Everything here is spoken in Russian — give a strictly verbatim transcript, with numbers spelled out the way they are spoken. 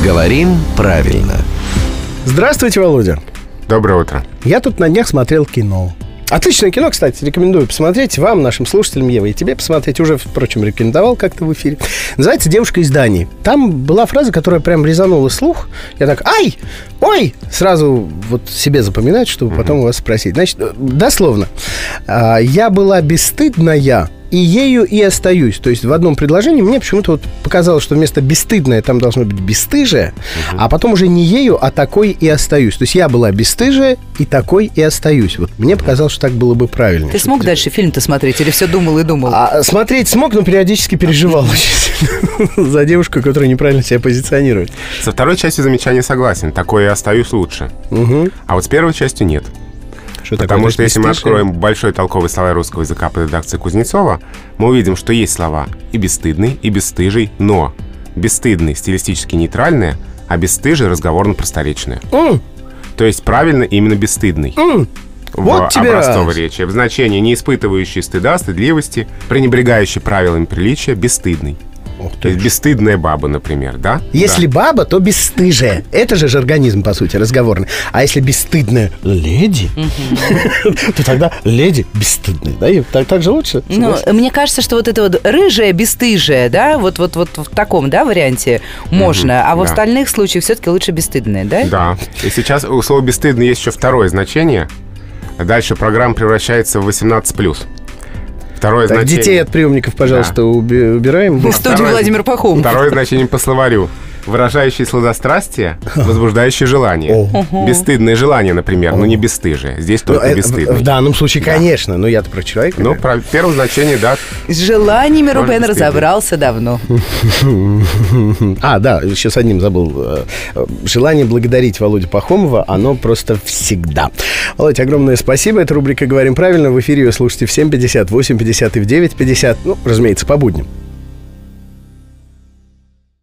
Говорим правильно. Здравствуйте, Володя. Доброе утро. Я тут на днях смотрел кино. Отличное кино, кстати, рекомендую посмотреть вам, нашим слушателям, Ева, и тебе посмотреть. Уже, впрочем, рекомендовал как-то в эфире. Называется «Девушка из Дании». Там была фраза, которая прям резанула слух. Я так, ай, ой, сразу вот себе запоминать, чтобы потом у вас спросить. Значит, дословно. Я была бесстыдная, и ею и остаюсь. То есть в одном предложении мне почему-то вот показалось, что вместо «бесстыдная» там должно быть «бесстыжая», uh-huh. а потом уже не ею, а такой и остаюсь. То есть я была бесстыжая и такой и остаюсь. Вот мне показалось, что так было бы правильно. Ты смог дальше фильм-то смотреть или все думал и думал? А, смотреть смог, но периодически переживал очень за девушку, которая неправильно себя позиционирует. Со второй частью замечания согласен. Такое и остаюсь лучше. Угу. А вот с первой частью нет. Что Потому такое, что если мы откроем большой толковый словарь русского языка по редакции Кузнецова, мы увидим, что есть слова и бесстыдный, и бесстыжий, но бесстыдный стилистически нейтральное, а бесстыжий разговорно-просторечное. Mm. То есть правильно именно бесстыдный. Mm. В вот образцовой речи. В значении не испытывающий стыда, стыдливости, пренебрегающий правилами приличия, бесстыдный. То есть бесстыдная баба, например, да? Если да. баба, то бесстыжая. Это же жаргонизм, по сути, разговорный. А если бесстыдная леди, то тогда леди бесстыдная. Да, так же лучше? Ну, мне кажется, что вот это вот рыжая, бесстыжая, да, вот вот вот в таком, да, варианте можно, а в остальных случаях все-таки лучше бесстыдная, да? Да. И сейчас у слова бесстыдный есть еще второе значение. Дальше программа превращается в восемнадцать плюс. Второе так, значение... Детей от приемников, пожалуйста, да. уби- убираем. В студии второе... Владимир Пахомов. Второе значение по словарю. Выражающий сладострастие, возбуждающий желание. О. Бесстыдное желание, например, О. но не бесстыжие. Здесь только ну, бесстыдный. В, в данном случае, да. конечно, но я-то про человека. Ну, про первое значение, да. С желаниями Рубен разобрался давно. А, да, еще с одним забыл. Желание благодарить Володю Пахомова, оно просто всегда. Володь, огромное спасибо. Это рубрика «Говорим правильно». В эфире ее слушайте в семь пятьдесят, восемь пятьдесят и в девять пятьдесят. Ну, разумеется, по будням.